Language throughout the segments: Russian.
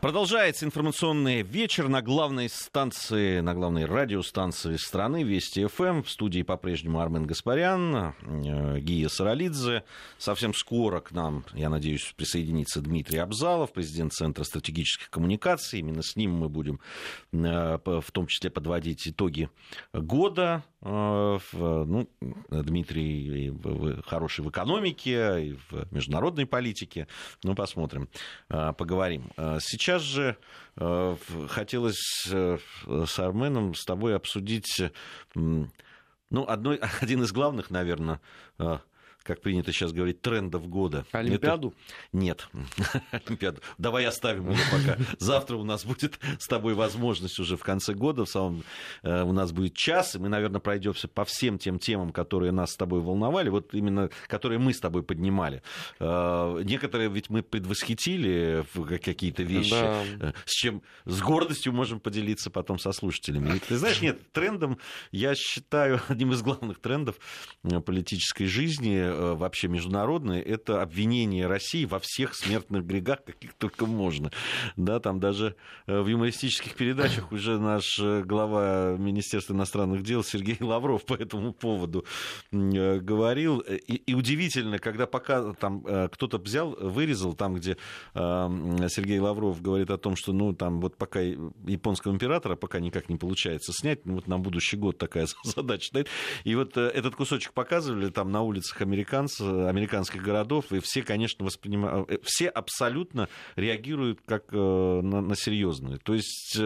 Продолжается информационный вечер на главной станции, на главной радиостанции страны Вести ФМ. В студии по-прежнему Армен Гаспарян, Гия Саралидзе. Совсем скоро к нам, я надеюсь, присоединится Дмитрий Абзалов, президент Центра стратегических коммуникаций. Именно с ним мы будем в том числе подводить итоги года. Дмитрий хороший в экономике и в международной политике. Ну, посмотрим, поговорим. Сейчас же хотелось с Арменом, с тобой обсудить один из главных, наверное, как принято сейчас говорить, трендов года. Олимпиаду? Нет, Олимпиаду. Давай оставим ее пока. Завтра у нас будет с тобой возможность уже в конце года. У нас будет час, и мы, наверное, пройдемся по всем тем темам, которые нас с тобой волновали, вот именно которые мы с тобой поднимали. Некоторые ведь мы предвосхитили какие-то вещи, да. С гордостью можем поделиться потом со слушателями. И, ты знаешь, нет, трендом, я считаю, одним из главных трендов политической жизни, вообще международные, это обвинение России во всех смертных грехах, каких только можно. Да, там даже в юмористических передачах уже наш глава Министерства иностранных дел Сергей Лавров по этому поводу говорил. И удивительно, когда пока там кто-то вырезал, там, где Сергей Лавров говорит о том, что там вот пока японского императора пока никак не получается снять, вот на будущий год такая задача стоит. И вот этот кусочек показывали там на улицах американских городов, и все, конечно, все абсолютно реагируют как на серьезные. То есть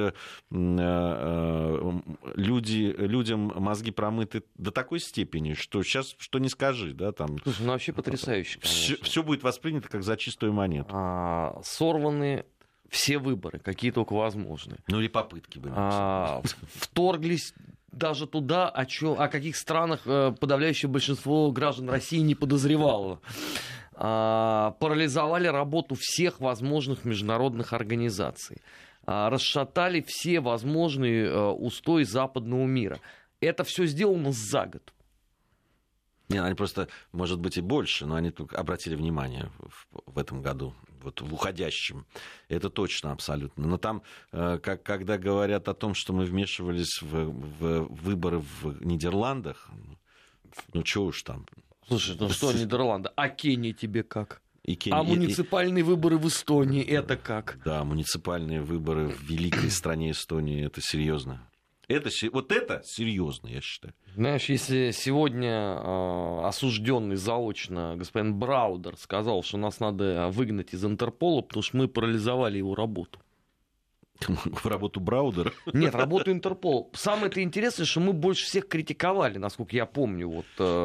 людям мозги промыты до такой степени, что сейчас что не скажи, да, там. Слушай, вообще потрясающе, конечно. Все будет воспринято как за чистую монету. Сорваны все выборы, какие только возможны. Ну или попытки бы. Вторглись даже туда, о каких странах подавляющее большинство граждан России не подозревало. Парализовали работу всех возможных международных организаций. Расшатали все возможные устои западного мира. Это все сделано за год. Нет, они просто, может быть, и больше, но они только обратили внимание в этом году, вот в уходящем. Это точно абсолютно. Но там, когда говорят о том, что мы вмешивались в выборы в Нидерландах, чего уж там. Слушай, что Нидерланды? А Кения тебе как? Муниципальные выборы в Эстонии, это как? Да, муниципальные выборы в великой стране Эстонии, это серьезно. Вот это серьезно, я считаю. Знаешь, если сегодня осужденный заочно господин Браудер сказал, что нас надо выгнать из Интерпола, потому что мы парализовали его работу. Работу Браудера? Нет, работу Интерпола. Самое-то интересное, что мы больше всех критиковали, насколько я помню,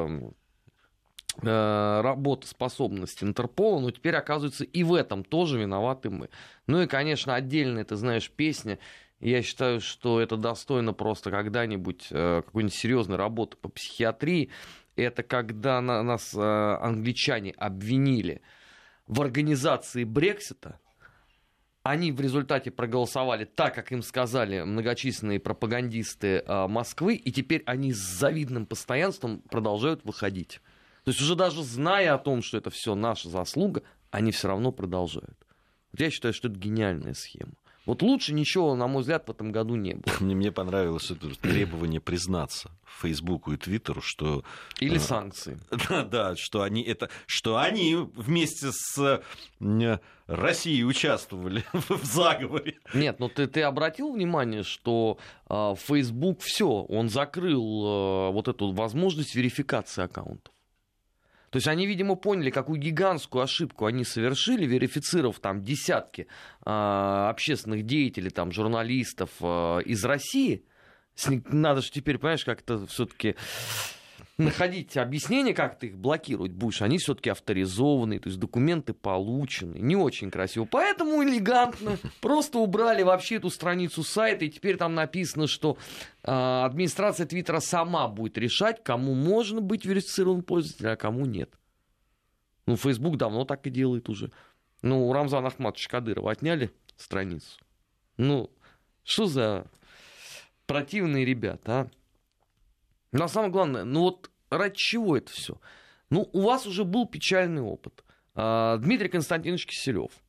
работоспособность Интерпола, но теперь, оказывается, и в этом тоже виноваты мы. Ну и, конечно, отдельная, ты знаешь, песня. Я считаю, что это достойно просто когда-нибудь какой-нибудь серьезной работы по психиатрии. Это когда нас англичане обвинили в организации Брексита. Они в результате проголосовали так, как им сказали многочисленные пропагандисты Москвы, и теперь они с завидным постоянством продолжают выходить. То есть уже даже зная о том, что это все наша заслуга, они все равно продолжают. Вот я считаю, что это гениальная схема. Вот лучше ничего, на мой взгляд, в этом году не было. Мне понравилось это требование признаться Фейсбуку и Твиттеру, что... Или санкции. Да, что они вместе с Россией участвовали в заговоре. Нет, но ты обратил внимание, что Фейсбук он закрыл вот эту возможность верификации аккаунтов. То есть они, видимо, поняли, какую гигантскую ошибку они совершили, верифицировав там десятки общественных деятелей, там, журналистов из России. Надо же теперь, понимаешь, как-то все-таки находить объяснение, как ты их блокировать будешь. Они все-таки авторизованные, то есть документы получены. Не очень красиво. Поэтому элегантно просто убрали вообще эту страницу сайта, и теперь там написано, что администрация Твиттера сама будет решать, кому можно быть верифицированным пользователем, а кому нет. Facebook давно так и делает уже. У Рамзана Ахматовича Кадырова отняли страницу. Что за противные ребята, а? Но самое главное, ради чего это все? У вас уже был печальный опыт. Дмитрий Константинович Киселев,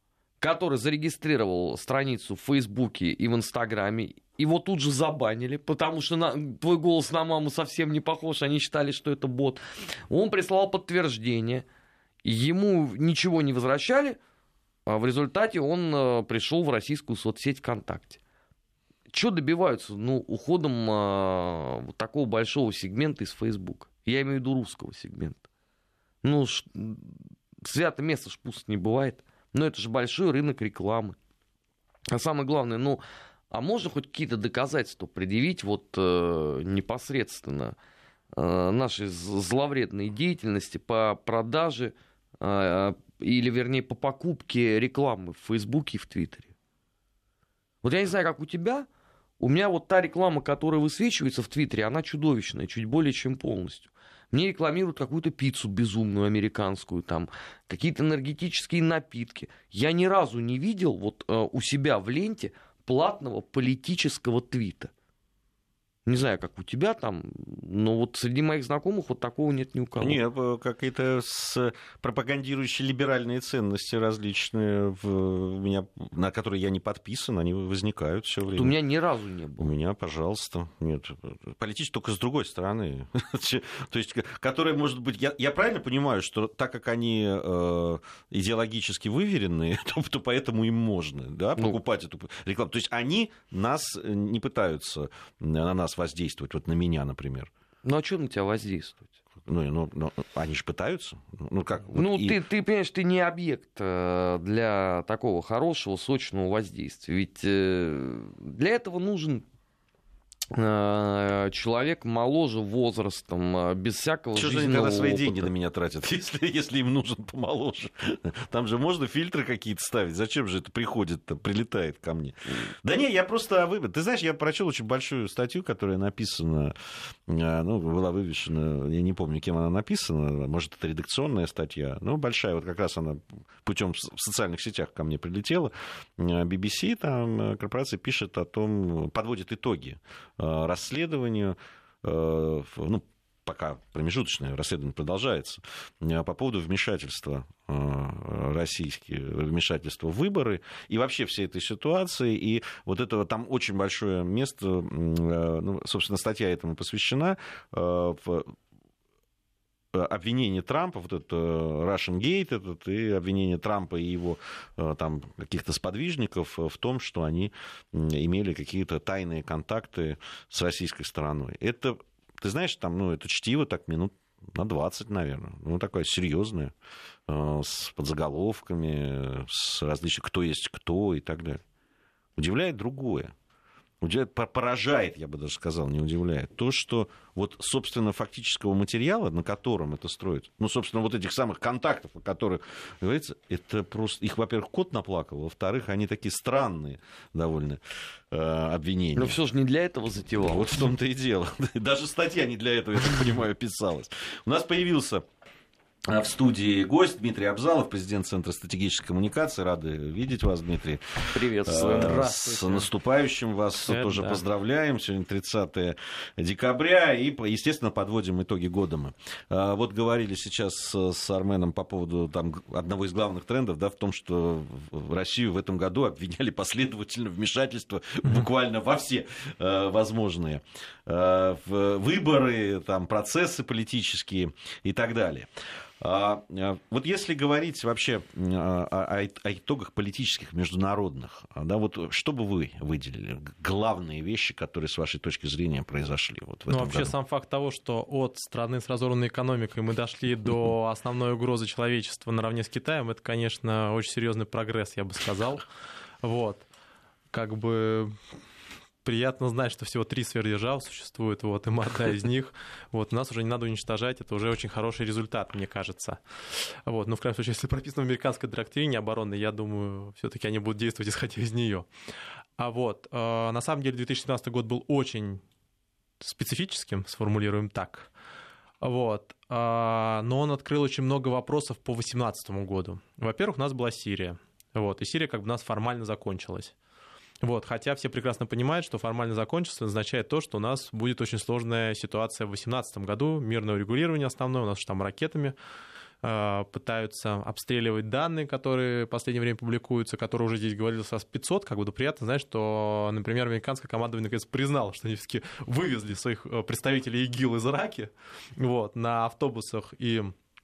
который зарегистрировал страницу в Фейсбуке и в Инстаграме. Его тут же забанили, потому что твой голос на маму совсем не похож. Они считали, что это бот. Он прислал подтверждение. Ему ничего не возвращали. А в результате он пришел в российскую соцсеть ВКонтакте. Что добиваются? Уходом такого большого сегмента из Фейсбука. Я имею в виду русского сегмента. Святое место ж пусто не бывает. Но это же большой рынок рекламы. А самое главное, а можно хоть какие-то доказательства предъявить непосредственно нашей зловредной деятельности по продаже или, вернее, по покупке рекламы в Фейсбуке и в Твиттере? Я не знаю, как у тебя, у меня та реклама, которая высвечивается в Твиттере, она чудовищная, чуть более чем полностью. Мне рекламируют какую-то пиццу безумную американскую, там, какие-то энергетические напитки. Я ни разу не видел у себя в ленте платного политического твита. Не знаю, как у тебя там, но среди моих знакомых такого нет ни у кого. Нет, какие-то пропагандирующие либеральные ценности различные, у меня, на которые я не подписан, они возникают все время. У меня ни разу не было. У меня, пожалуйста, нет. Политически только с другой стороны. То есть, которые, может быть, я правильно понимаю, что так как они идеологически выверенные, то поэтому им можно покупать эту рекламу. То есть они нас не пытаются на нас воздействовать, на меня, например. А что на тебя воздействовать? Они же пытаются. Как? Ты понимаешь, ты не объект для такого хорошего, сочного воздействия. Ведь для этого нужен человек моложе возрастом, без всякого жизненного опыта. Чего же они тогда свои деньги на меня тратят, если им нужен помоложе? Там же можно фильтры какие-то ставить. Зачем же это прилетает ко мне? Да не, я просто вывод. Ты знаешь, я прочел очень большую статью, которая написана, была вывешена, я не помню, кем она написана, может, это редакционная статья, большая, как раз она путем в социальных сетях ко мне прилетела. BBC, там корпорация пишет о том, подводит итоги расследованию, пока промежуточное расследование продолжается, по поводу вмешательства вмешательства в выборы и вообще всей этой ситуации. И этого там очень большое место, собственно, статья этому посвящена, обвинение Трампа, это Russian Gate, и обвинение Трампа и его там каких-то сподвижников в том, что они имели какие-то тайные контакты с российской стороной. Это, ты знаешь, там, это чтиво так минут на 20, наверное. Такое серьезное, с подзаголовками, с различными кто есть кто и так далее. Удивляет другое. Поражает, я бы даже сказал, не удивляет. То, что собственно, фактического материала, на котором это строится, собственно, этих самых контактов, о которых говорится, это просто... Их, во-первых, кот наплакал, во-вторых, они такие странные довольно обвинения. Но все же не для этого затевалось. В том-то и дело. Даже статья не для этого, я так понимаю, писалась. У нас появился в студии гость Дмитрий Абзалов, президент Центра стратегической коммуникации. Рады видеть вас, Дмитрий. Приветствую. С наступающим вас тоже поздравляем. Сегодня 30 декабря. И, естественно, подводим итоги года мы. Говорили сейчас с Арменом по поводу одного из главных трендов, в том, что Россию в этом году обвиняли последовательно в вмешательстве буквально во все возможные выборы, процессы политические и так далее. Если говорить вообще о итогах политических, международных, что бы вы выделили? Главные вещи, которые, с вашей точки зрения, произошли в этом вообще году? Сам факт того, что от страны с разорванной экономикой мы дошли до основной угрозы человечества наравне с Китаем, это, конечно, очень серьезный прогресс, я бы сказал. Приятно знать, что всего 3 сверхдержавы существует, и мы одна из них. Нас уже не надо уничтожать, это уже очень хороший результат, мне кажется. В крайнем случае, если прописано в американской доктрине обороны, я думаю, все-таки они будут действовать, исходя из нее. На самом деле, 2017 год был очень специфическим, сформулируем так. Но он открыл очень много вопросов по 2018 году. Во-первых, у нас была Сирия. И Сирия у нас формально закончилась. Хотя все прекрасно понимают, что формально закончится, означает то, что у нас будет очень сложная ситуация в 2018 году, мирное урегулирование основное, у нас там ракетами пытаются обстреливать данные, которые в последнее время публикуются, которые уже здесь говорилось о САС-500. Как бы приятно знать, что, например, американское командование наконец признало, что они все-таки вывезли своих представителей ИГИЛ из Ирака вот, на автобусах и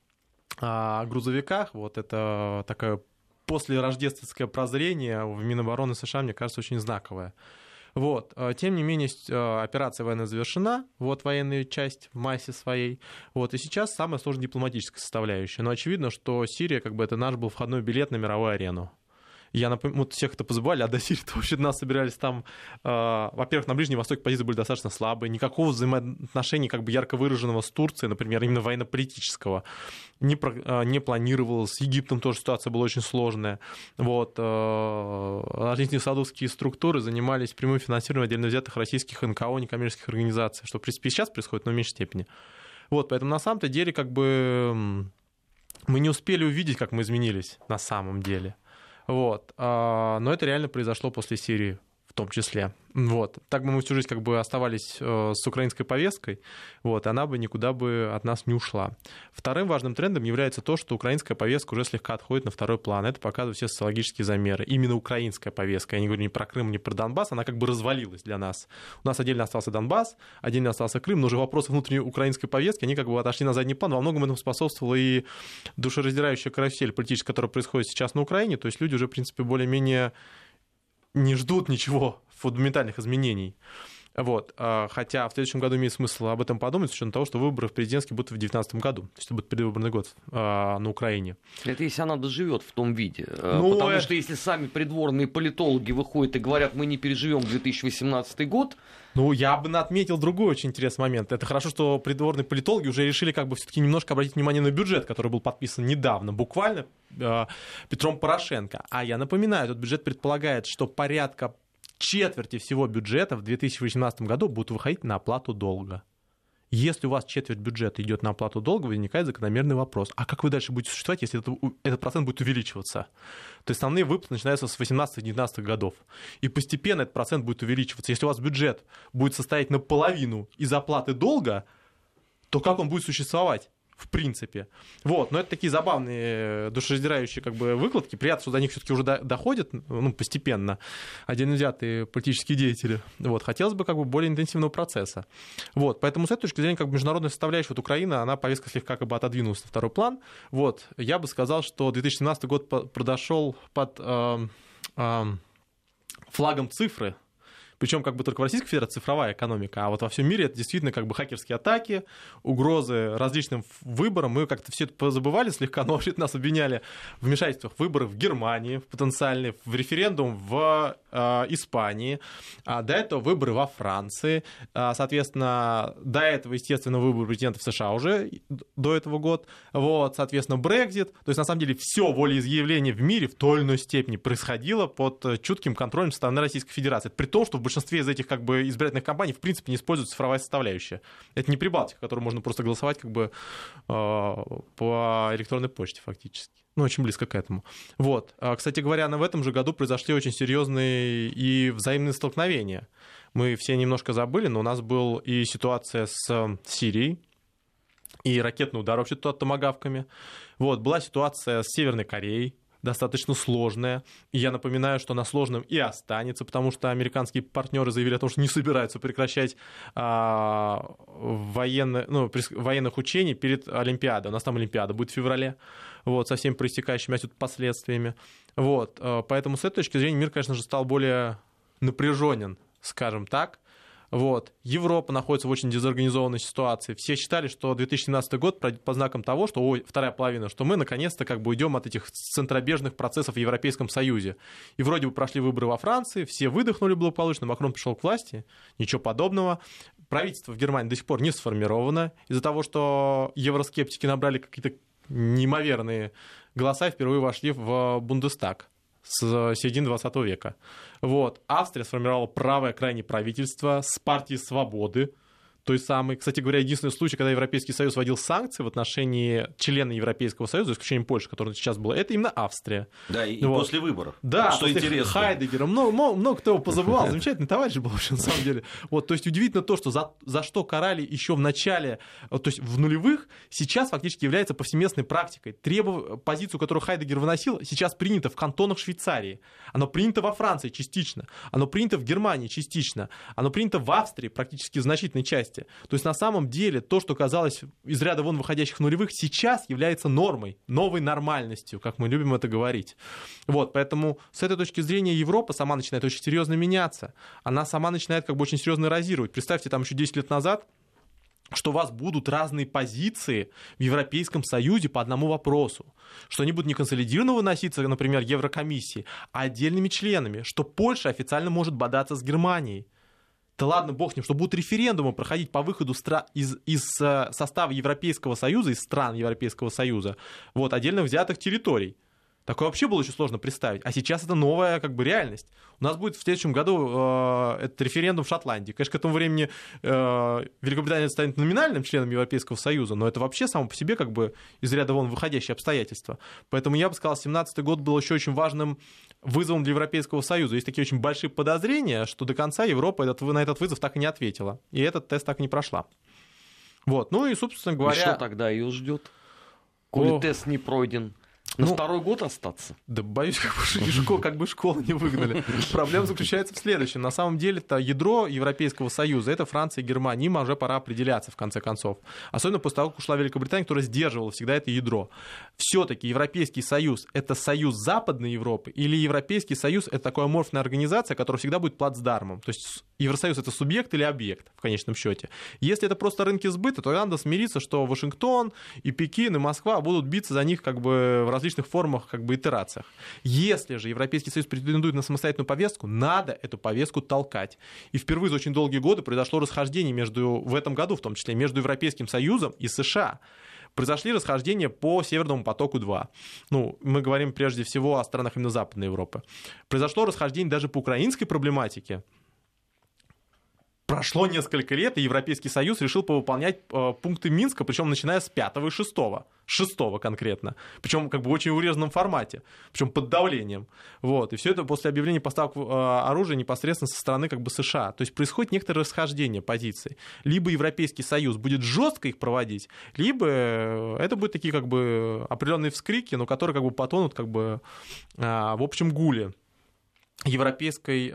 грузовиках. Вот это такое послерождественское прозрение в Минобороны США, мне кажется, очень знаковое. Вот. Тем не менее, операция военная завершена, вот военная часть в массе своей. Вот. И сейчас самая сложная дипломатическая составляющая. Но очевидно, что Сирия, как бы, это наш был входной билет на мировую арену. Я напомню, вот всех это позабывали, а до Сирии-то вообще нас собирались там, во-первых, на Ближнем Востоке позиции были достаточно слабые, никакого взаимоотношения как бы ярко выраженного с Турцией, например, именно военно-политического, не планировалось. С Египтом тоже ситуация была очень сложная. Вот. Аргентинские саудовские структуры занимались прямым финансированием отдельно взятых российских НКО, некоммерческих организаций, что, в принципе, и сейчас происходит, но в меньшей степени. Вот, поэтому на самом-то деле как бы мы не успели увидеть, как мы изменились на самом деле. Вот. Но это реально произошло после Сирии в том числе. Вот. Так бы мы всю жизнь как бы оставались с украинской повесткой, вот, она бы никуда бы от нас не ушла. Вторым важным трендом является то, что украинская повестка уже слегка отходит на второй план. Это показывают все социологические замеры. Именно украинская повестка, я не говорю ни про Крым, ни про Донбасс, она как бы развалилась для нас. У нас отдельно остался Донбасс, отдельно остался Крым, но уже вопросы внутренней украинской повестки, они как бы отошли на задний план. Во многом этому способствовала и душераздирающая карусель политическая, которая происходит сейчас на Украине. То есть люди уже, в принципе, более-менее не ждут ничего фундаментальных изменений. Вот. Хотя в следующем году имеет смысл об этом подумать, с учетом того, что выборы президентские будут в 2019 году. То есть это будет предвыборный год на Украине. Это если она доживет в том виде. Потому что если сами придворные политологи выходят и говорят, мы не переживем 2018 год. Ну, я бы отметил другой очень интересный момент. Это хорошо, что придворные политологи уже решили как бы все-таки немножко обратить внимание на бюджет, который был подписан недавно, буквально Петром Порошенко. А я напоминаю, этот бюджет предполагает, что порядка четверти всего бюджета в 2018 году будут выходить на оплату долга. Если у вас четверть бюджета идет на оплату долга, возникает закономерный вопрос. А как вы дальше будете существовать, если этот процент будет увеличиваться? То есть основные выплаты начинаются с 18-19 годов. И постепенно этот процент будет увеличиваться. Если у вас бюджет будет состоять наполовину из оплаты долга, то как он будет существовать? В принципе. Вот. Но это такие забавные, душераздирающие как бы выкладки. Приятно, что до них все-таки уже доходят, ну, постепенно, отдельно взятые политические деятели. Вот. Хотелось бы как бы более интенсивного процесса. Вот. Поэтому с этой точки зрения как бы международная составляющая, вот Украина, она повестка слегка как бы отодвинулась на второй план. Вот. Я бы сказал, что 2017 год прошел под флагом цифры. Причем как бы только в Российской Федерации цифровая экономика, а вот во всем мире это действительно как бы хакерские атаки, угрозы различным выборам. Мы как-то все это позабывали слегка, но вообще нас обвиняли в вмешательствах в выборы в Германии, в потенциальные, в референдум в Испании, до этого выборы во Франции, соответственно, до этого, естественно, выборы президента в США уже до этого года, вот, соответственно, Брексит. То есть, на самом деле, все волеизъявление в мире в той или иной степени происходило под чутким контролем со стороны Российской Федерации. При том, что в большинстве из этих как бы избирательных кампаний в принципе не используется цифровая составляющая. Это не Прибалтика, в которой можно просто голосовать как бы по электронной почте фактически. Ну, очень близко к этому. Вот. Кстати говоря, в этом же году произошли очень серьезные и взаимные столкновения. Мы все немножко забыли, но у нас была и ситуация с Сирией, и ракетный удар вообще туда томагавками. Вот. Была ситуация с Северной Кореей, достаточно сложная. И я напоминаю, что она сложным и останется, потому что американские партнеры заявили о том, что не собираются прекращать военных учений перед Олимпиадой. У нас там Олимпиада будет в феврале, вот, со всеми проистекающими отсюда последствиями. Вот, поэтому с этой точки зрения мир, конечно же, стал более напряженен, скажем так. Вот. Европа находится в очень дезорганизованной ситуации. Все считали, что 2017 год пройдет под знаком того, что вторая половина, что мы наконец-то как бы уйдем от этих центробежных процессов в Европейском Союзе. И вроде бы прошли выборы во Франции, все выдохнули благополучно, Макрон пришел к власти, ничего подобного. Правительство в Германии до сих пор не сформировано из-за того, что евроскептики набрали какие-то неимоверные голоса и впервые вошли в Бундестаг с середины 20 века. Вот. Австрия сформировала правое крайнее правительство с партией свободы. той самой, кстати говоря, единственный случай, когда Европейский Союз вводил санкции в отношении члена Европейского Союза, за исключением Польши, которая сейчас была, это именно Австрия. Да, и после выборов. Да, что после интересно. Хайдеггера. Много кто его позабывал. Замечательный товарищ был вообще, на самом деле. Вот, то есть удивительно то, что за что карали еще в начале, то есть в нулевых, сейчас фактически является повсеместной практикой. Позицию, которую Хайдеггер выносил, сейчас принято в кантонах Швейцарии. Оно принято во Франции частично. Оно принято в Германии частично. Оно принято в Австрии практически в значительной части. То есть на самом деле то, что казалось из ряда вон выходящих в нулевых, сейчас является нормой, новой нормальностью, как мы любим это говорить. Вот, поэтому с этой точки зрения Европа сама начинает очень серьезно меняться. Она сама начинает как бы очень серьезно эрозировать. Представьте, там еще 10 лет назад, что у вас будут разные позиции в Европейском Союзе по одному вопросу, что они будут не консолидированно выноситься, например, Еврокомиссии, а отдельными членами, что Польша официально может бодаться с Германией. Да ладно, бог с ним, что будут референдумы проходить по выходу из состава Европейского Союза, из стран Европейского Союза, вот, отдельно взятых территорий. Такое вообще было очень сложно представить. А сейчас это новая как бы реальность. У нас будет в следующем году этот референдум в Шотландии. Конечно, к этому времени Великобритания станет номинальным членом Европейского Союза, но это вообще само по себе как бы из ряда вон выходящие обстоятельства. Поэтому я бы сказал, 2017 год был еще очень важным вызовом для Европейского Союза. Есть такие очень большие подозрения, что до конца Европа на этот вызов так и не ответила. И этот тест так и не прошла. Вот. Ну и, собственно говоря... И что тогда ее ждет? Коли тест не пройден. На второй год остаться? Да боюсь, как бы школу не выгнали. Проблема заключается в следующем. На самом деле-то ядро Европейского Союза — это Франция и Германия. Им уже пора определяться, в конце концов. Особенно после того, как ушла Великобритания, которая сдерживала всегда это ядро. Все-таки Европейский Союз — это союз Западной Европы, или Европейский Союз — это такая аморфная организация, которая всегда будет плацдармом. То есть Евросоюз — это субъект или объект, в конечном счете. Если это просто рынки сбыта, то надо смириться, что Вашингтон и Пекин и Москва будут биться за них как бы в различных формах, как бы итерациях. Если же Европейский Союз претендует на самостоятельную повестку, надо эту повестку толкать. И впервые за очень долгие годы произошло расхождение в этом году, в том числе, между Европейским Союзом и США. Произошли расхождения по Северному потоку-2. Ну, мы говорим прежде всего о странах именно Западной Европы. Произошло расхождение даже по украинской проблематике. Прошло несколько лет, и Европейский Союз решил повыполнять пункты Минска, причем начиная с 5-го и 6-го. 6-го конкретно. Причем как бы в очень урезанном формате. Причем под давлением. Вот. И все это после объявления поставок оружия непосредственно со стороны как бы США. То есть происходит некоторое расхождение позиций. Либо Европейский Союз будет жестко их проводить, либо это будут такие как бы определенные вскрики, но которые как бы потонут как бы в общем гуле европейской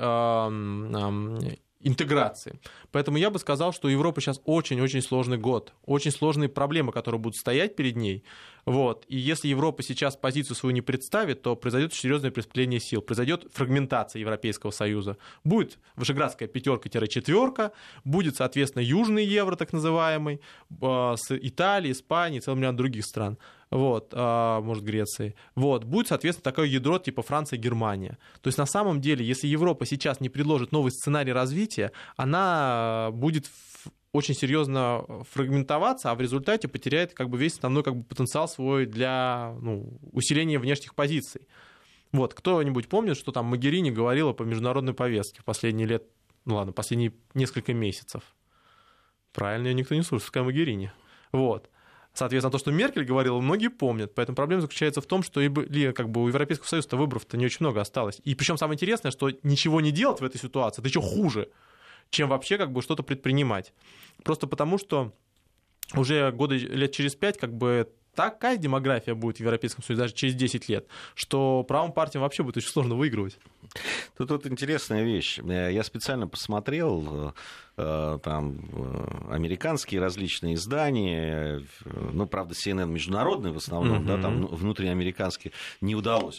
интеграции. Поэтому я бы сказал, что у Европы сейчас очень-очень сложный год, очень сложные проблемы, которые будут стоять перед ней. Вот. И если Европа сейчас позицию свою не представит, то произойдет серьезное преступление сил, произойдет фрагментация Европейского Союза. Будет Вышеградская 5-4, будет, соответственно, Южный Евро, так называемый, с Италией, Испанией, целым рядом других стран. Вот, может, Греции. Вот, будет, соответственно, такое ядро типа Франция и Германия. То есть, на самом деле, если Европа сейчас не предложит новый сценарий развития, она будет очень серьезно фрагментоваться, а в результате потеряет как бы весь основной как бы потенциал свой для усиления внешних позиций. Вот, кто-нибудь помнит, что там Могерини говорила по международной повестке в последние последние несколько месяцев? Правильно, ее никто не слушает, пускай Могерини. Вот. Соответственно, то, что Меркель говорила, многие помнят. Поэтому проблема заключается в том, что как бы у Европейского Союза выборов-то не очень много осталось. И причем самое интересное, что ничего не делать в этой ситуации, это еще хуже, чем вообще как бы что-то предпринимать. Просто потому, что уже лет через 5 как бы такая демография будет в Европейском Союзе, даже через 10 лет, что правым партиям вообще будет очень сложно выигрывать. Тут вот интересная вещь. Я специально посмотрел там американские различные издания, правда, CNN международные в основном, да, там внутриамериканские не удалось.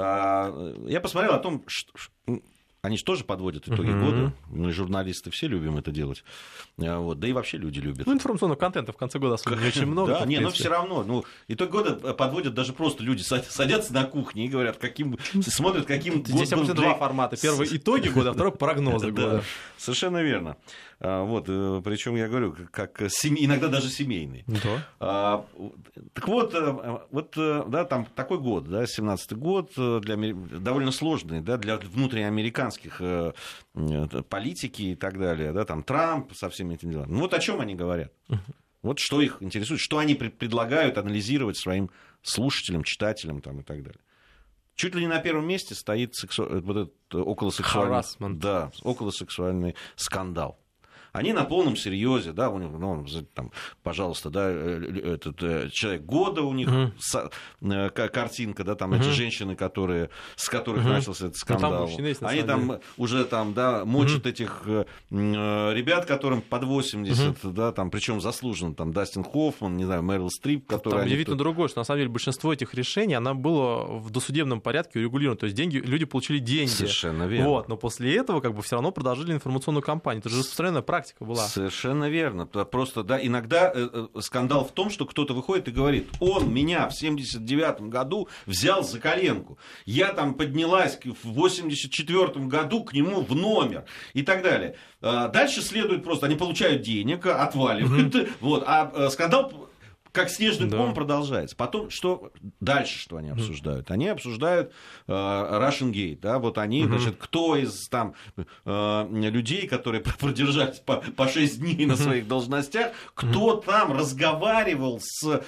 Я посмотрел о том, что они же тоже подводят итоги года. Мы, журналисты, все любим это делать. Вот. Да и вообще люди любят. Информационного контента в конце года особенно не очень много. Да, но все равно. Итог года подводят даже просто люди. Садятся на кухне и говорят, смотрят, каким Здесь обычно два формата. Первый — итоги года, а второй — прогнозы года. Совершенно верно. Вот, причем я говорю, как иногда даже семейные. Да. Так вот, да, там такой год, да, 17-й год, довольно сложный, да, для внутриамериканских политики и так далее, да, там Трамп со всеми этими делами. Ну вот о чем они говорят. Вот что их интересует, что они предлагают анализировать своим слушателям, читателям там, и так далее. Чуть ли не на первом месте стоит вот этот околосексуальный скандал. Они на полном серьезе, да, у них, ну, там, пожалуйста, да, этот человек года у них, картинка, да, там эти женщины, с которых начался этот скандал. Там есть, они там уже там, да, мочат этих ребят, которым под 80, да, там, причем заслуженно, там, Дастин Хоффман, не знаю, Мэрил Стрип, которые... Там удивительно другое, что на самом деле большинство этих решений, оно было в досудебном порядке урегулировано, то есть люди получили деньги. Совершенно верно. Вот, но после этого как бы все равно продолжили информационную кампанию. Это же распространенная практика была. Совершенно верно. Просто, да, иногда скандал в том, что кто-то выходит и говорит: он меня в 79-м году взял за коленку, я там поднялась в 84-м году к нему в номер и так далее. Дальше следует просто, они получают денег, отваливают, вот, а скандал как снежный ком продолжается. Потом, что дальше, что они обсуждают? Они обсуждают Russian Gate. Да? Вот они, значит, кто из там людей, которые продержались по 6 дней на своих должностях, кто там разговаривал с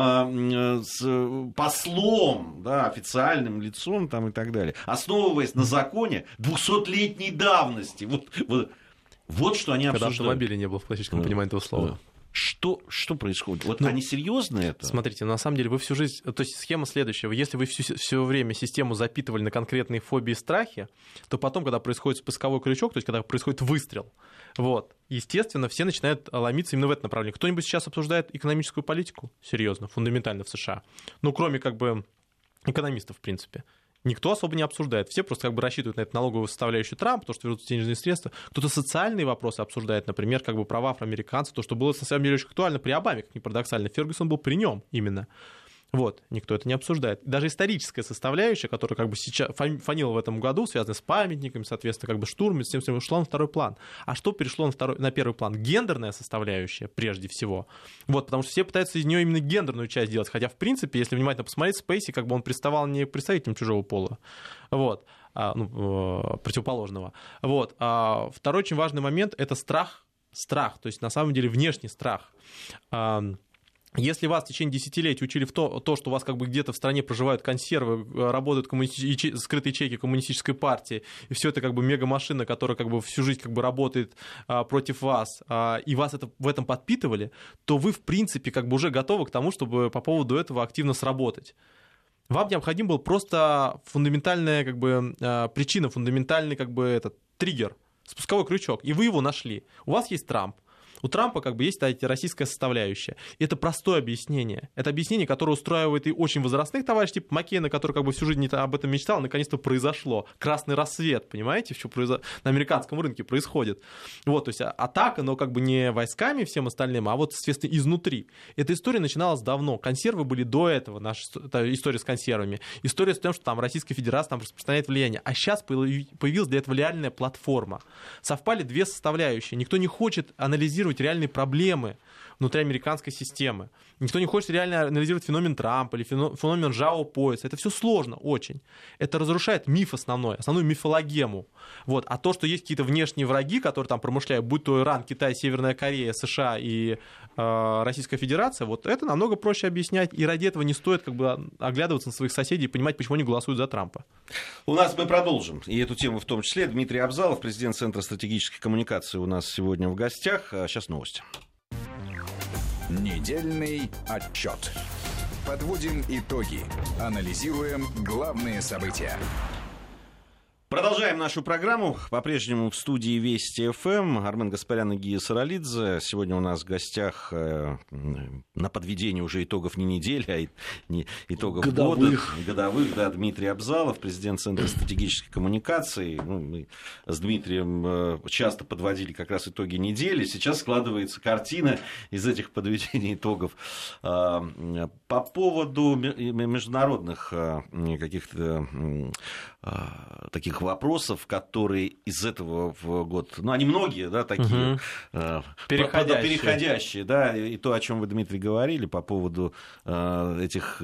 послом, да, официальным лицом там, и так далее, основываясь на законе 200-летней давности. Вот что они обсуждают. Когда автомобиля не было в классическом понимании этого слова. Что происходит? Вот они серьезно это? Смотрите, на самом деле вы всю жизнь... То есть схема следующая. Если вы все время систему запитывали на конкретные фобии и страхи, то потом, когда происходит спусковой крючок, то есть когда происходит выстрел, вот, естественно, все начинают ломиться именно в это направление. Кто-нибудь сейчас обсуждает экономическую политику? Серьезно, фундаментально в США? Ну, кроме как бы экономистов, в принципе. Никто особо не обсуждает. Все просто как бы рассчитывают на эту налоговую составляющую Трампа, то, что вернутся денежные средства. Кто-то социальные вопросы обсуждает, например, как бы права афроамериканцев, то, что было на самом деле очень актуально при Обаме, как ни парадоксально. Фергюсон был при нем именно. Вот, никто это не обсуждает. Даже историческая составляющая, которая как бы сейчас фанила в этом году, связанная с памятниками, соответственно, как бы штурмами, с тем, ушла на второй план. А что перешло на первый план? Гендерная составляющая, прежде всего. Вот, потому что все пытаются из нее именно гендерную часть делать. Хотя, в принципе, если внимательно посмотреть, Спейси, как бы он представал не представителем чужого пола. Вот. Противоположного. Вот. Второй очень важный момент — это страх, то есть на самом деле внешний страх. Если вас в течение десятилетий учили в то, что у вас как бы где-то в стране проживают консервы, работают скрытые ячейки коммунистической партии, и все это как бы мегамашина, которая как бы всю жизнь как бы работает против вас, и вас в этом подпитывали, то вы в принципе как бы уже готовы к тому, чтобы по поводу этого активно сработать. Вам необходим был просто фундаментальная как бы причина, фундаментальный как бы этот триггер, спусковой крючок, и вы его нашли. У вас есть Трамп. У Трампа как бы есть российская составляющая. И это простое объяснение. Это объяснение, которое устраивает и очень возрастных товарищей, типа Маккейна, который как бы всю жизнь об этом мечтал, наконец-то произошло. Красный рассвет, понимаете, что на американском рынке происходит. Вот, то есть атака, но как бы не войсками всем остальным, а вот, соответственно, изнутри. Эта история начиналась давно. Консервы были до этого, наша история с консервами. История с тем, что там Российская Федерация там распространяет влияние. А сейчас появилась для этого реальная платформа. Совпали две составляющие. Никто не хочет анализировать реальные проблемы внутри американской системы. Никто не хочет реально анализировать феномен Трампа или феномен ржавого пояса. Это все сложно очень. Это разрушает миф основную мифологему. Вот. А то, что есть какие-то внешние враги, которые там промышляют, будь то Иран, Китай, Северная Корея, США и Российская Федерация, вот это намного проще объяснять. И ради этого не стоит как бы оглядываться на своих соседей и понимать, почему они голосуют за Трампа. У нас мы продолжим. И эту тему в том числе. Дмитрий Абзалов, президент Центра стратегической коммуникации, у нас сегодня в гостях. Сейчас новости. Недельный отчет. Подводим итоги. Анализируем главные события. Продолжаем нашу программу. По-прежнему в студии Вести ФМ. Армен Гаспарян и Гия Саралидзе. Сегодня у нас в гостях на подведение уже итогов не недели, а итогов года. Годовых, да, Дмитрий Абзалов, президент Центра стратегической коммуникации. Мы с Дмитрием часто подводили как раз итоги недели. Сейчас складывается картина из этих подведений итогов. По поводу международных каких-то таких крупных вопросов, которые из этого в год, ну, они многие, да, такие переходящие, да, и то, о чем вы, Дмитрий, говорили по поводу этих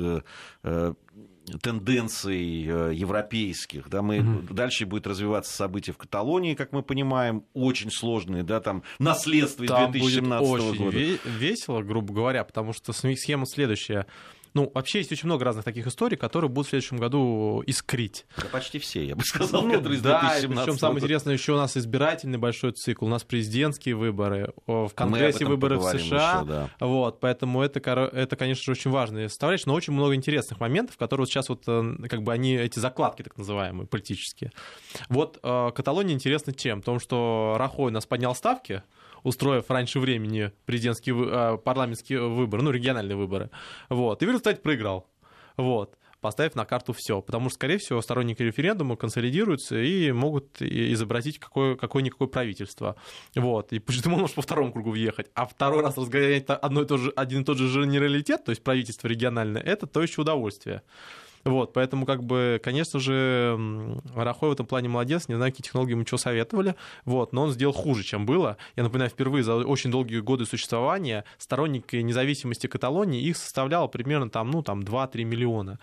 тенденций европейских, да, дальше будет развиваться события в Каталонии, как мы понимаем, очень сложные, да, там наследство из 2017 года. Будет очень весело, грубо говоря, потому что схема следующая. Ну, вообще есть очень много разных таких историй, которые будут в следующем году искрить. Да почти все, я бы сказал, которые из 2017 года. Причем самое интересное, еще у нас избирательный большой цикл, у нас президентские выборы, в Конгрессе выборы в США. Еще, да. Вот, поэтому это, конечно же, очень важная составляющая, но очень много интересных моментов, которые вот сейчас вот, как бы они, эти закладки так называемые, политические. Вот Каталония интересна чем? В том, что Рахой у нас поднял ставки, устроив раньше времени парламентские выборы, ну, региональные выборы, вот, и в результате проиграл, вот, поставив на карту все, потому что, скорее всего, сторонники референдума консолидируются и могут изобразить какое-никакое правительство, вот, и Пучдемон может по второму кругу въехать, а второй раз разгонять один и тот же генералитет, то есть правительство региональное, это то еще удовольствие. Вот, поэтому, как бы, конечно же, Рахой в этом плане молодец, не знаю, какие технологии ему что советовали, вот, но он сделал хуже, чем было. Я напоминаю, впервые за очень долгие годы существования сторонники независимости Каталонии, их составляло примерно там 2-3 миллиона.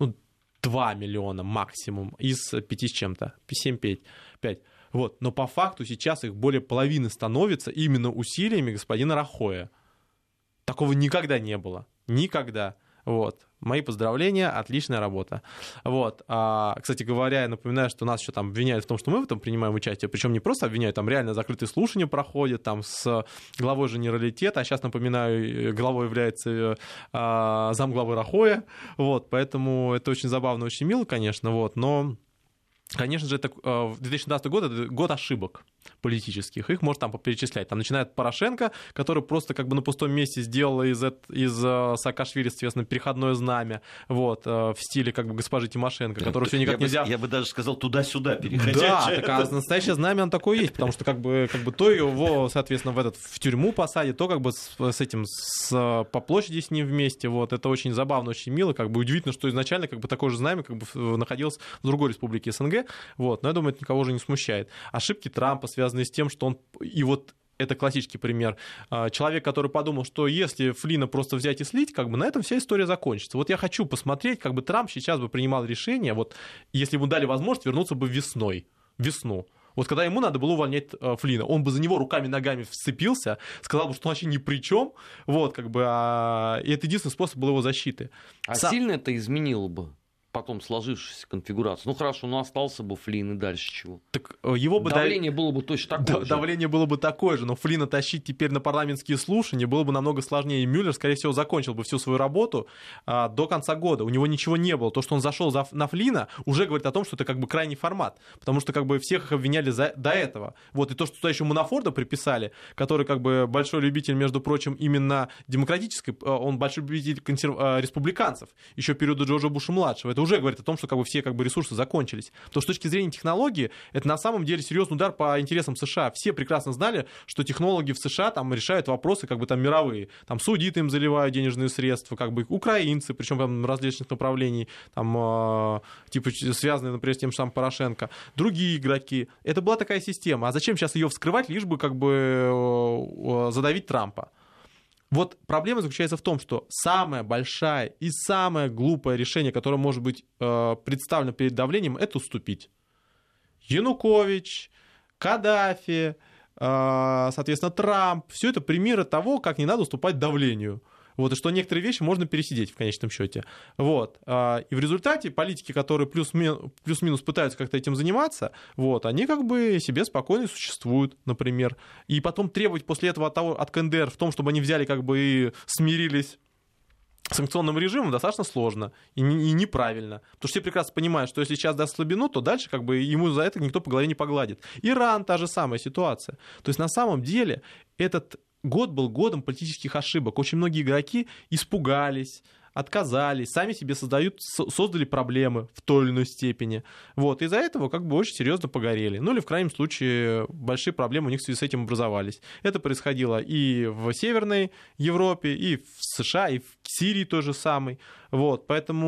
2 миллиона максимум из 5 с чем-то, 7-5. Вот. Но по факту сейчас их более половины становится именно усилиями господина Рахоя. Такого никогда не было. Никогда. Вот. Мои поздравления, отличная работа. Вот. Кстати говоря, я напоминаю, что нас еще там обвиняют в том, что мы в этом принимаем участие, причем не просто обвиняют, там реально закрытые слушания проходят, там с главой генералитета, а сейчас, напоминаю, главой является замглавы Рахоя, вот, поэтому это очень забавно, очень мило, конечно, вот, но... Конечно же, это 2016 год — это год ошибок политических. Их можно там поперечислять. Там начинает Порошенко, который просто как бы на пустом месте сделал из Саакашвили, соответственно, переходное знамя, вот, в стиле как бы госпожи Тимошенко, которую все никак нельзя... Я бы даже сказал туда-сюда переходящее. Да, так, настоящее знамя оно такое есть, потому что как бы то его, соответственно, в тюрьму посадят, то как бы по площади с ним вместе. Вот, это очень забавно, очень мило. Как бы удивительно, что изначально как бы такое же знамя как бы находилось в другой республике СНГ. Вот, но я думаю, это никого уже не смущает. Ошибки Трампа, связанные с тем, что он... И вот это классический пример. Человек, который подумал, что если Флина просто взять и слить, как бы на этом вся история закончится. Вот я хочу посмотреть, как бы Трамп сейчас бы принимал решение, вот если ему дали возможность вернуться бы весну. Вот когда ему надо было увольнять Флина, он бы за него руками-ногами вцепился, сказал бы, что он вообще ни при чем, вот, как бы, и это единственный способ был его защиты. Сильно это изменило бы потом сложившуюся конфигурацию? Ну хорошо, но остался бы Флин, и дальше чего? Так его бы давление было бы точно такое же. Давление было бы такое же, но Флина тащить теперь на парламентские слушания было бы намного сложнее. И Мюллер, скорее всего, закончил бы всю свою работу до конца года. У него ничего не было. То, что он зашел на Флина, уже говорит о том, что это как бы крайний формат. Потому что как бы всех их обвиняли до этого. Вот. И то, что туда еще Манафорта приписали, который как бы большой любитель, между прочим, именно демократической, он большой любитель республиканцев, еще периода Джорджа Буша-младшего. Это уже говорит о том, что как бы все как бы ресурсы закончились. Потому что с точки зрения технологии, это на самом деле серьезный удар по интересам США. Все прекрасно знали, что технологи в США там решают вопросы как бы там мировые. Там судиты им заливают денежные средства, как бы украинцы, причем там различных направлений, там типа связанные, например, с тем же самым Порошенко, другие игроки. Это была такая система. А зачем сейчас ее вскрывать, лишь бы как бы задавить Трампа? Вот проблема заключается в том, что самое большое и самое глупое решение, которое может быть представлено перед давлением, это уступить. Янукович, Каддафи, соответственно, Трамп, все это примеры того, как не надо уступать давлению. Вот, и что некоторые вещи можно пересидеть в конечном счете. Вот. И в результате политики, которые плюс-минус пытаются как-то этим заниматься, вот, они как бы себе спокойно существуют, например. И потом требовать после этого от КНДР в том, чтобы они взяли как бы и смирились с санкционным режимом, достаточно сложно и неправильно. Потому что все прекрасно понимают, что если сейчас даст слабину, то дальше как бы ему за это никто по голове не погладит. Иран — та же самая ситуация. То есть на самом деле этот год был годом политических ошибок. Очень многие игроки испугались, отказались, сами себе создали проблемы в той или иной степени. Вот, из-за этого как бы очень серьезно погорели. Ну или в крайнем случае большие проблемы у них в связи с этим образовались. Это происходило и в Северной Европе, и в США, и в Сирии той же самой. Вот, поэтому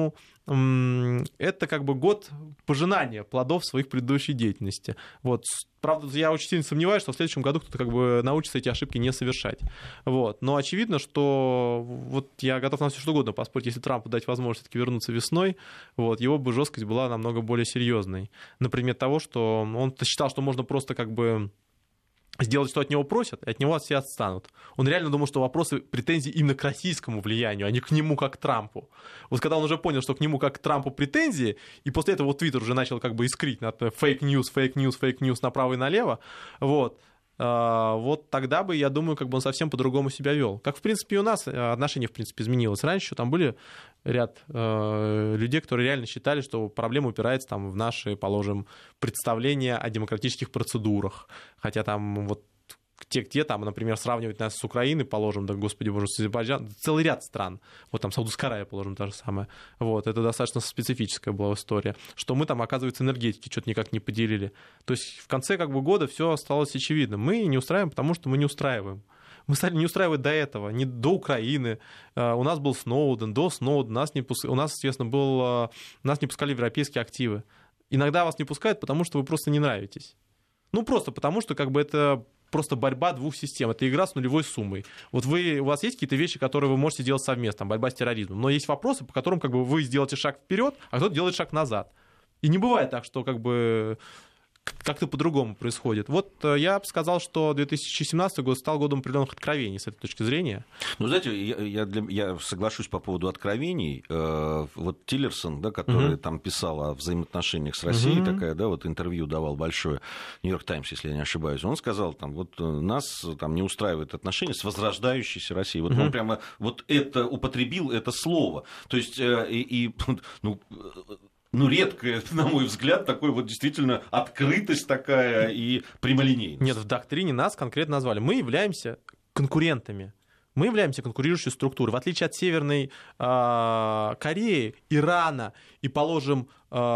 это как бы год пожинания плодов своих предыдущей деятельности. Вот. Правда, я очень сильно сомневаюсь, что в следующем году кто-то как бы научится эти ошибки не совершать. Вот. Но очевидно, что вот я готов на все что угодно поспорить, если Трампу дать возможность все-таки вернуться весной, вот, его бы жесткость была намного более серьезной. Например, того, что он считал, что можно просто как бы сделать, что от него просят, и от него все отстанут. Он реально думал, что вопросы претензий именно к российскому влиянию, а не к нему как к Трампу. Вот когда он уже понял, что к нему как к Трампу претензии, и после этого вот Твиттер уже начал как бы искрить на фейк-ньюс направо и налево, вот тогда бы, я думаю, как бы он совсем по-другому себя вел. Как, в принципе, и у нас отношение, в принципе, изменилось. Раньше там были ряд людей, которые реально считали, что проблема упирается там в наши, положим, представления о демократических процедурах. Хотя там вот где там, например, сравнивать нас с Украиной, положим, да, господи боже, с Азербайджаном, целый ряд стран, вот там Саудовская Аравия, положим, та же самая, вот, это достаточно специфическая была история, что мы там, оказывается, энергетики что-то никак не поделили. То есть в конце как бы года все осталось очевидно. Мы не устраиваем, потому что мы не устраиваем. Мы стали не устраивать до этого, не до Украины. У нас был Сноуден, до Сноудена у нас, естественно, нас не пускали в европейские активы. Иногда вас не пускают, потому что вы просто не нравитесь. Ну, просто потому что как бы это просто борьба двух систем. Это игра с нулевой суммой. Вот у вас есть какие-то вещи, которые вы можете делать совместно, там, борьба с терроризмом, но есть вопросы, по которым как бы вы сделаете шаг вперед, а кто-то делает шаг назад. И не бывает так, что как бы как-то по-другому происходит. Вот я бы сказал, что 2017 год стал годом определенных откровений с этой точки зрения. Ну, знаете, я соглашусь по поводу откровений. Вот Тиллерсон, да, который там писал о взаимоотношениях с Россией, такая, да, вот интервью давал большое, Нью-Йорк Таймс, если я не ошибаюсь, он сказал, там, вот нас там не устраивают отношения с возрождающейся Россией. Вот он прямо вот это употребил, это слово. То есть, редкая, на мой взгляд, такой вот действительно открытость такая и прямолинейность. Нет, в доктрине нас конкретно назвали. Мы являемся конкурентами. Мы являемся конкурирующей структурой. В отличие от Северной Кореи, Ирана и, положим,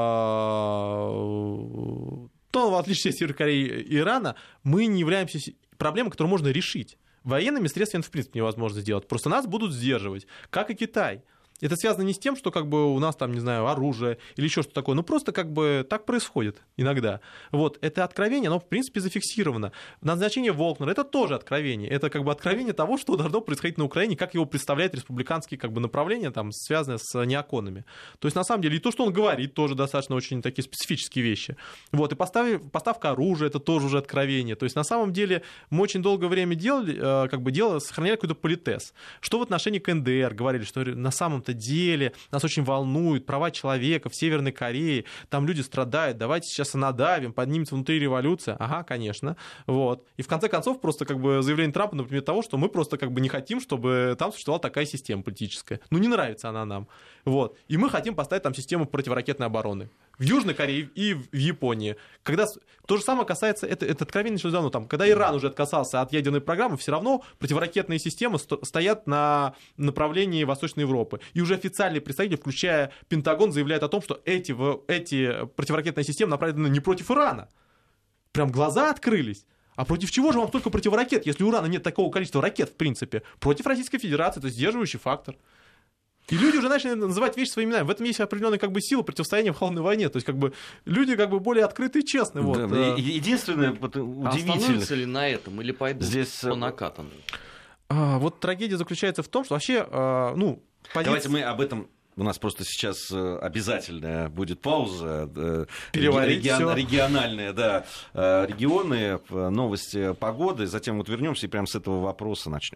в отличие от Северной Кореи и Ирана, мы не являемся проблемой, которую можно решить. Военными средствами это, в принципе, невозможно сделать. Просто нас будут сдерживать, как и Китай. Это связано не с тем, что как бы у нас там, не знаю, оружие или еще что-то такое, просто как бы так происходит иногда. Вот, это откровение, оно в принципе зафиксировано. Назначение Волкнера — это тоже откровение. Это как бы откровение того, что должно происходить на Украине, как его представляют республиканские как бы направления, там, связанные с неоконами. То есть, на самом деле, и то, что он говорит, тоже достаточно очень такие специфические вещи. Вот, и поставка оружия — это тоже уже откровение. То есть, на самом деле, мы очень долгое время сохраняли какой-то политез. Что в отношении КНДР говорили, что на самом-то деле нас очень волнуют права человека в Северной Корее, там люди страдают, давайте сейчас надавим, поднимется внутри революция. Ага, конечно. Вот. И в конце концов просто как бы заявление Трампа, например, того, что мы просто как бы не хотим, чтобы там существовала такая система политическая. Ну, не нравится она нам. Вот. И мы хотим поставить там систему противоракетной обороны. В Южной Корее и в Японии. Когда то же самое касается, это откровенно еще давно, там, когда Иран уже отказался от ядерной программы, все равно противоракетные системы стоят на направлении Восточной Европы. И уже официальные представители, включая Пентагон, заявляют о том, что эти противоракетные системы направлены не против Ирана. Прям глаза открылись. А против чего же вам столько противоракет, если у Ирана нет такого количества ракет, в принципе? Против Российской Федерации, то есть сдерживающий фактор. И люди уже начали называть вещи своими именами. В этом есть определенная как бы сила противостояния в холодной войне. То есть как бы люди как бы более открыты и честны. Да, вот. Единственное удивительное... Остановятся ли на этом или пойдут здесь по накатанной? Вот трагедия заключается в том, что вообще... Давайте мы об этом... У нас просто сейчас обязательно будет пауза. Региональные, да, регионы, новости погоды. Затем вот вернемся и прямо с этого вопроса начнем.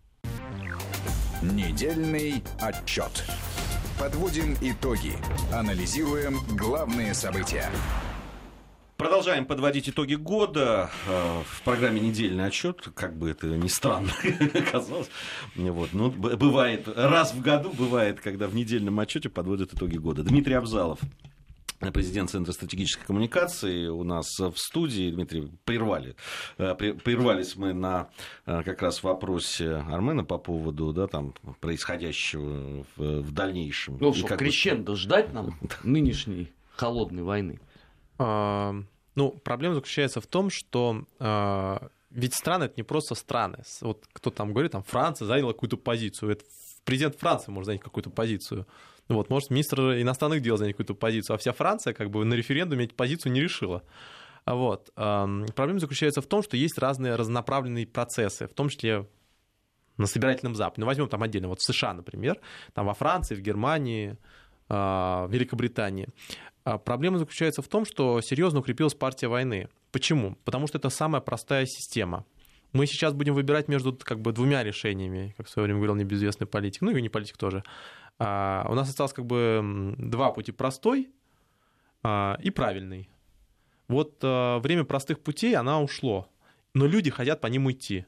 Недельный отчет. Подводим итоги. Анализируем главные события. Продолжаем подводить итоги года в программе «Недельный отчет», как бы это ни странно казалось. Вот. Ну, бывает, раз в году бывает, когда в недельном отчете подводят итоги года. Дмитрий Абзалов, президент Центра стратегической коммуникации, у нас в студии. Дмитрий, прервались мы на как раз вопросе Армена по поводу, да, там, происходящего в дальнейшем. Ну что, крещендо ждать нам нынешней холодной войны? Проблема заключается в том, что ведь страны — это не просто страны. Вот кто там говорит, там Франция заняла какую-то позицию. Это президент Франции может занять какую-то позицию. Вот, может, министр иностранных дел занять какую-то позицию, а вся Франция как бы на референдуме эту позицию не решила. Вот. Проблема заключается в том, что есть разные разнонаправленные процессы, в том числе на собирательном Западе. Ну, возьмем там отдельно, вот в США, например, там во Франции, в Германии, в Великобритании. Проблема заключается в том, что серьезно укрепилась партия войны. Почему? Потому что это самая простая система. Мы сейчас будем выбирать между как бы двумя решениями, как в свое время говорил небезызвестный политик, ну и не политик тоже. У нас осталось как бы два пути: простой и правильный. Вот время простых путей, оно ушло, но люди хотят по ним уйти.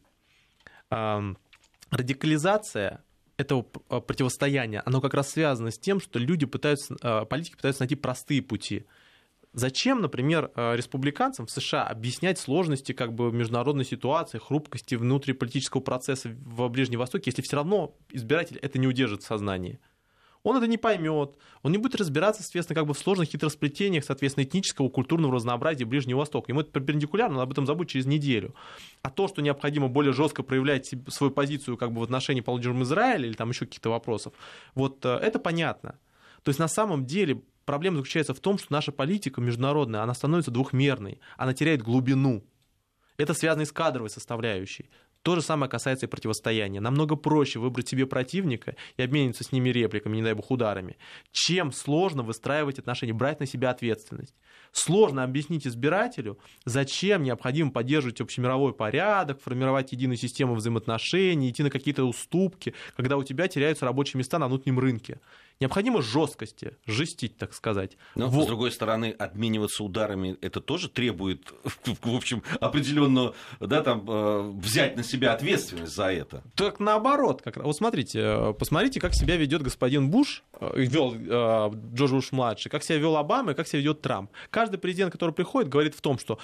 Радикализация этого противостояния, оно как раз связано с тем, что политики пытаются найти простые пути. Зачем, например, республиканцам в США объяснять сложности как бы международной ситуации, хрупкости внутриполитического процесса в Ближнем Востоке, если все равно избиратель это не удержит в сознании? Он это не поймет, он не будет разбираться, соответственно, как бы в сложных хитросплетениях, соответственно, этнического, культурного разнообразия Ближнего Востока. Ему это перпендикулярно, он об этом забудет через неделю. А то, что необходимо более жестко проявлять свою позицию как бы в отношении, положим, Израиля или там еще каких-то вопросов, вот это понятно. То есть на самом деле проблема заключается в том, что наша политика международная, она становится двухмерной, она теряет глубину. Это связано и с кадровой составляющей. То же самое касается и противостояния. Намного проще выбрать себе противника и обмениваться с ними репликами, не дай бог ударами, чем сложно выстраивать отношения, брать на себя ответственность. Сложно объяснить избирателю, зачем необходимо поддерживать общемировой порядок, формировать единую систему взаимоотношений, идти на какие-то уступки, когда у тебя теряются рабочие места на внутреннем рынке. Необходимо жесткости, жестить, так сказать. Но, с другой стороны, обмениваться ударами, это тоже требует, в общем, определенного, да, там, взять на себя ответственность за это. Так наоборот. Вот смотрите, посмотрите, как себя ведет господин Буш, вел Джордж Буш-младший, как себя вел Обама и как себя ведет Трамп. Каждый президент, который приходит, говорит в том, что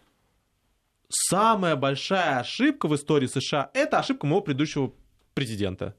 самая большая ошибка в истории США – это ошибка моего предыдущего президента.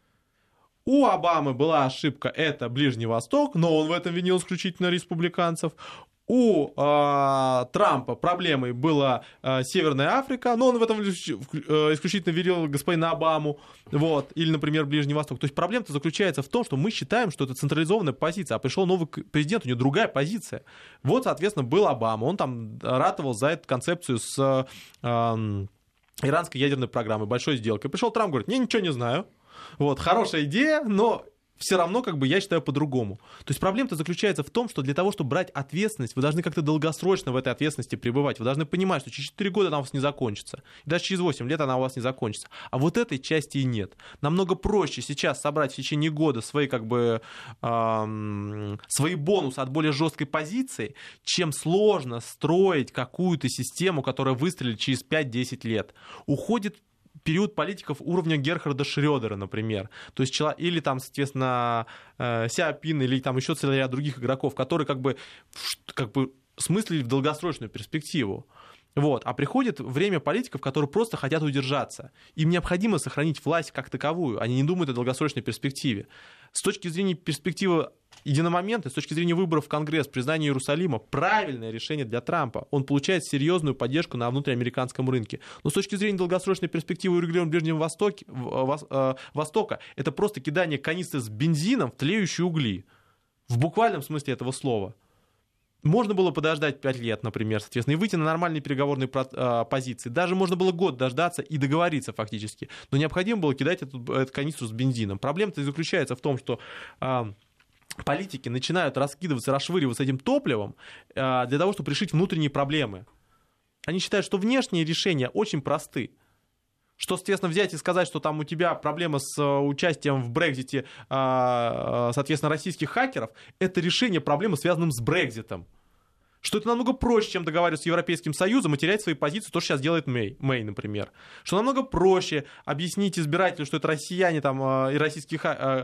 У Обамы была ошибка, это Ближний Восток, но он в этом винил исключительно республиканцев. У Трампа проблемой была Северная Африка, но он в этом исключительно винил господина Обаму, вот, или, например, Ближний Восток. То есть проблема-то заключается в том, что мы считаем, что это централизованная позиция, а пришел новый президент, у него другая позиция. Вот, соответственно, был Обама, он там ратовал за эту концепцию с иранской ядерной программой, большой сделкой. Пришел Трамп, говорит, я ничего не знаю. Вот, хорошая идея, но все равно, как бы, я считаю по-другому. То есть проблема-то заключается в том, что для того, чтобы брать ответственность, вы должны как-то долгосрочно в этой ответственности пребывать. Вы должны понимать, что через 4 года она у вас не закончится. И даже через 8 лет она у вас не закончится. А вот этой части и нет. Намного проще сейчас собрать в течение года свои, как бы, свои бонусы от более жесткой позиции, чем сложно строить какую-то систему, которая выстрелит через 5-10 лет. Уходит период политиков уровня Герхарда Шрёдера, например, то есть или там, соответственно, Сяопин, или там еще целый ряд других игроков, которые как бы смыслили в долгосрочную перспективу. Вот. А приходит время политиков, которые просто хотят удержаться. Им необходимо сохранить власть как таковую, они не думают о долгосрочной перспективе. С точки зрения перспективы единомоментной, с точки зрения выборов в Конгресс, признания Иерусалима, правильное решение для Трампа. Он получает серьезную поддержку на внутриамериканском рынке. Но с точки зрения долгосрочной перспективы урегулирования Ближнего Востока, это просто кидание канистры с бензином в тлеющие угли. В буквальном смысле этого слова. Можно было подождать 5 лет, например, соответственно, и выйти на нормальные переговорные позиции. Даже можно было год дождаться и договориться фактически. Но необходимо было кидать эту канистру с бензином. Проблема-то и заключается в том, что политики начинают раскидываться, расшвыриваться этим топливом для того, чтобы решить внутренние проблемы. Они считают, что внешние решения очень просты. Что, соответственно, взять и сказать, что там у тебя проблема с участием в Брексите, соответственно, российских хакеров, это решение проблемы, связанной с Брекситом. Что это намного проще, чем договариваться с Европейским Союзом и терять свои позиции, то, что сейчас делает Мэй, например. Что намного проще объяснить избирателю, что это россияне там, и российские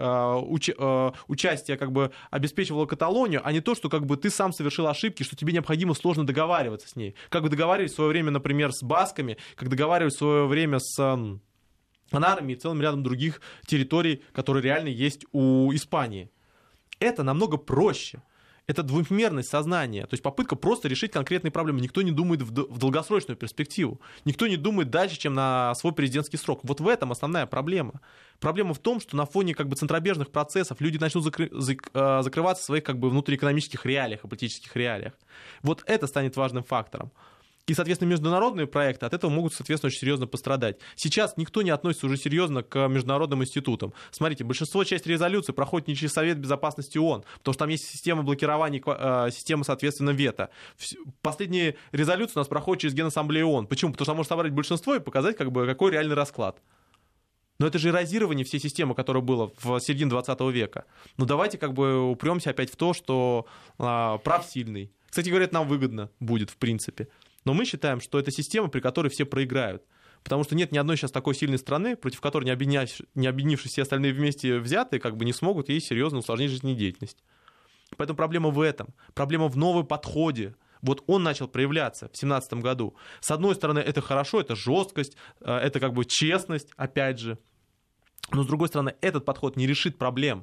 участие как бы обеспечивало Каталонию, а не то, что как бы ты сам совершил ошибки, что тебе необходимо сложно договариваться с ней. Как бы договаривались в свое время, например, с басками, как договаривались в свое время с Канарами и целым рядом других территорий, которые реально есть у Испании. Это намного проще. Это двумерность сознания, то есть попытка просто решить конкретные проблемы. Никто не думает в долгосрочную перспективу. Никто не думает дальше, чем на свой президентский срок. Вот в этом основная проблема. Проблема в том, что на фоне как бы центробежных процессов люди начнут закрываться в своих как бы внутриэкономических реалиях и политических реалиях. Вот это станет важным фактором. И, соответственно, международные проекты от этого могут, соответственно, очень серьезно пострадать. Сейчас никто не относится уже серьезно к международным институтам. Смотрите, большинство часть резолюций проходит не через Совет Безопасности ООН, потому что там есть система блокирования, система, соответственно, вето. Последние резолюции у нас проходят через Генассамблею ООН. Почему? Потому что она может собрать большинство и показать, как бы, какой реальный расклад. Но это же эрозирование всей системы, которая была в середине 20 века. Ну давайте как бы упремся опять в то, что прав сильный. Кстати говоря, это нам выгодно будет, в принципе. Но мы считаем, что это система, при которой все проиграют. Потому что нет ни одной сейчас такой сильной страны, против которой не объединившись все остальные вместе взятые, как бы не смогут ей серьезно усложнить жизнедеятельность. Поэтому проблема в этом. Проблема в новом подходе. Вот он начал проявляться в 2017 году. С одной стороны, это хорошо, это жесткость, это как бы честность, опять же. Но с другой стороны, этот подход не решит проблем.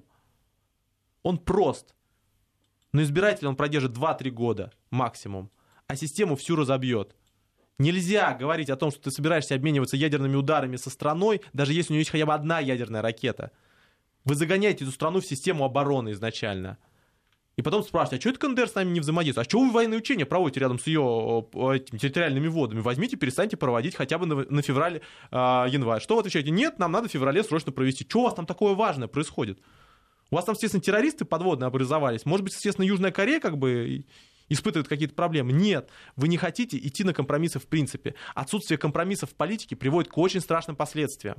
Он прост. Но избиратель он продержит 2-3 года максимум, а систему всю разобьет. Нельзя говорить о том, что ты собираешься обмениваться ядерными ударами со страной, даже если у нее есть хотя бы одна ядерная ракета. Вы загоняете эту страну в систему обороны изначально. И потом спрашиваете, а что это КНДР с нами не взаимодействует? А что вы военные учения проводите рядом с ее территориальными водами? Возьмите, перестаньте проводить хотя бы на февраль-январь. Что вы отвечаете? Нет, нам надо в феврале срочно провести. Что у вас там такое важное происходит? У вас там, естественно, террористы подводные образовались. Может быть, естественно, Южная Корея как бы испытывает какие-то проблемы. Нет, вы не хотите идти на компромиссы в принципе. Отсутствие компромиссов в политике приводит к очень страшным последствиям.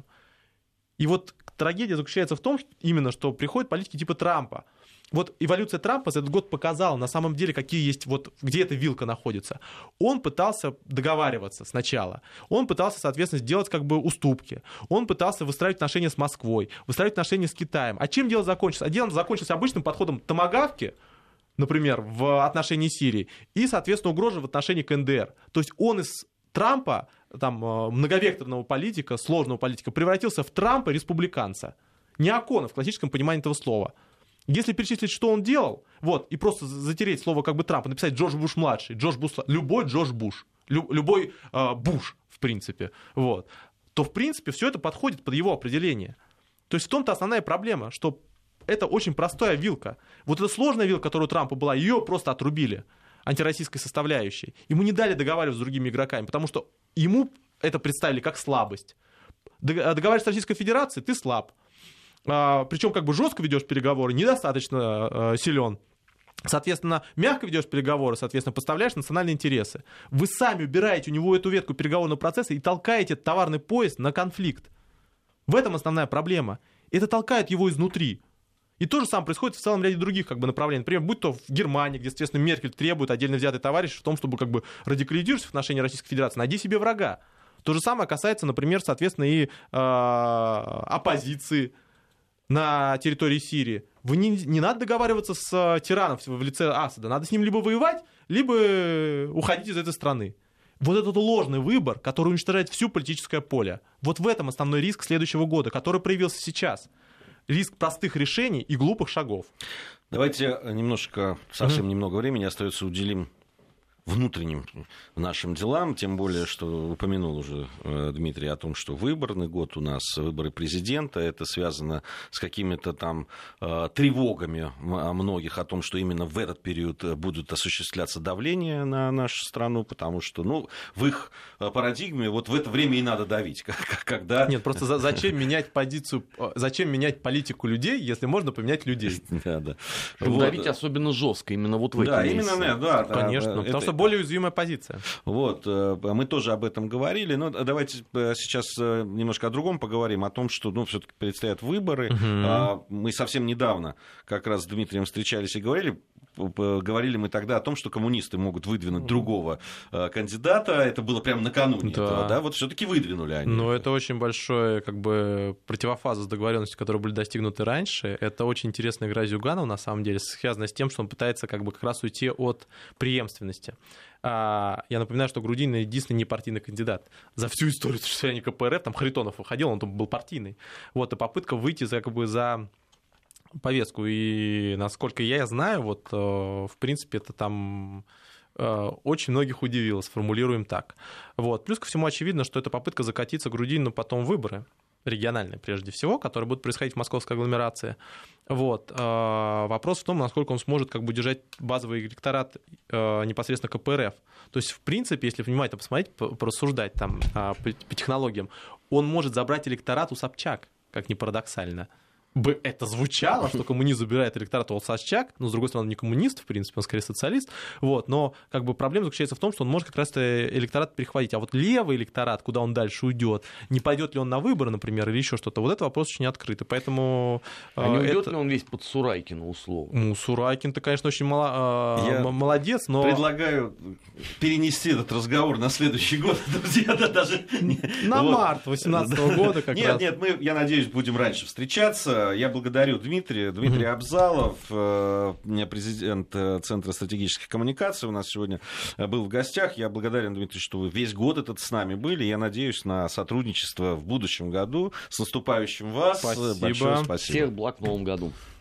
И вот трагедия заключается в том, что именно что приходят политики типа Трампа. Вот эволюция Трампа за этот год показала на самом деле, какие есть, вот где эта вилка находится. Он пытался договариваться сначала. Он пытался, соответственно, сделать как бы уступки. Он пытался выстраивать отношения с Москвой, выстраивать отношения с Китаем. А чем дело закончилось? А дело закончилось обычным подходом томагавки, например, в отношении Сирии, и, соответственно, угрозы в отношении КНДР. То есть он из Трампа, там, многовекторного политика, сложного политика, превратился в Трампа республиканца. Неокона в классическом понимании этого слова. Если перечислить, что он делал, вот, и просто затереть слово как бы Трампа, написать Джордж Буш-младший, Джордж Буш, любой Джордж Буш, любой Буш, в принципе, вот, то, в принципе, все это подходит под его определение. То есть в том-то основная проблема, что это очень простая вилка. Вот эта сложная вилка, которая у Трампа была, ее просто отрубили антироссийской составляющей. Ему не дали договариваться с другими игроками, потому что ему это представили как слабость. Договариваться с Российской Федерацией, ты слаб. Причем как бы жестко ведешь переговоры, недостаточно силен. Соответственно, мягко ведешь переговоры, соответственно, поставляешь национальные интересы. Вы сами убираете у него эту ветку переговорного процесса и толкаете этот товарный поезд на конфликт. В этом основная проблема. Это толкает его изнутри. И то же самое происходит в целом ряде других как бы, направлений. Например, будь то в Германии, где, соответственно, Меркель требует отдельно взятый товарищ в том, чтобы как бы радикализироваться в отношении Российской Федерации. Найди себе врага. То же самое касается, например, соответственно, и оппозиции на территории Сирии. Вы не надо договариваться с тираном в лице Асада. Надо с ним либо воевать, либо уходить из этой страны. Вот этот ложный выбор, который уничтожает всё политическое поле. Вот в этом основной риск следующего года, который проявился сейчас. Риск простых решений и глупых шагов. Давайте немножко, совсем немного времени остается, уделим внутренним нашим делам, тем более, что упомянул уже Дмитрий о том, что выборный год у нас, выборы президента, это связано с какими-то там тревогами многих о том, что именно в этот период будет осуществляться давление на нашу страну, потому что, ну, в их парадигме вот в это время и надо давить, когда... Нет, просто зачем менять позицию, зачем менять политику людей, если можно поменять людей? Да, да. Давить особенно жестко, именно вот в эти месяцы. Да, именно, да. Конечно, потому что более уязвимая позиция. Вот, мы тоже об этом говорили, но давайте сейчас немножко о другом поговорим, о том, что, ну, все-таки предстоят выборы. Мы совсем недавно как раз с Дмитрием встречались и говорили мы тогда о том, что коммунисты могут выдвинуть другого кандидата. Это было прямо накануне этого, да? Вот все-таки выдвинули они. Но это очень большой, как бы, противофаза с договоренностью, которые были достигнуты раньше. Это очень интересная игра Зюганова, на самом деле, связанная с тем, что он пытается как бы как раз уйти от преемственности. Я напоминаю, что Грудинин единственный непартийный кандидат за всю историю существования КПРФ. Там Харитонов выходил, он там был партийный. Вот, и попытка выйти как бы за повестку. И, насколько я знаю, вот, в принципе, это там очень многих удивило, сформулируем так. Вот. Плюс ко всему очевидно, что это попытка закатиться Грудинину потом в выборы, региональные прежде всего, которые будут происходить в московской агломерации. Вот. Вопрос в том, насколько он сможет как бы удержать базовый электорат непосредственно КПРФ. То есть, в принципе, если внимательно посмотреть, порассуждать там по технологиям, он может забрать электорат у Собчак, как ни парадоксально. Бы это звучало, что коммунист забирает электорат у Собчак, но, с другой стороны, он не коммунист, в принципе, он скорее социалист, вот, но как бы проблема заключается в том, что он может как раз-то электорат перехватить, а вот левый электорат, куда он дальше уйдет, не пойдет ли он на выборы, например, или еще что-то, вот этот вопрос очень открытый, поэтому... А не уйдет ли он весь под Сурайкина, условно? Ну, Сурайкин-то, конечно, очень молодец, но... Предлагаю перенести этот разговор на следующий год, друзья, да, даже... На март 2018 года как раз. Нет, мы, я надеюсь, будем раньше встречаться. Я благодарю Дмитрия Абзалов, президент Центра стратегических коммуникаций, у нас сегодня был в гостях. Я благодарен, Дмитрий, что вы весь год этот с нами были. Я надеюсь на сотрудничество в будущем году. С наступающим вас. Спасибо. Большое спасибо. Всех благ в новом году.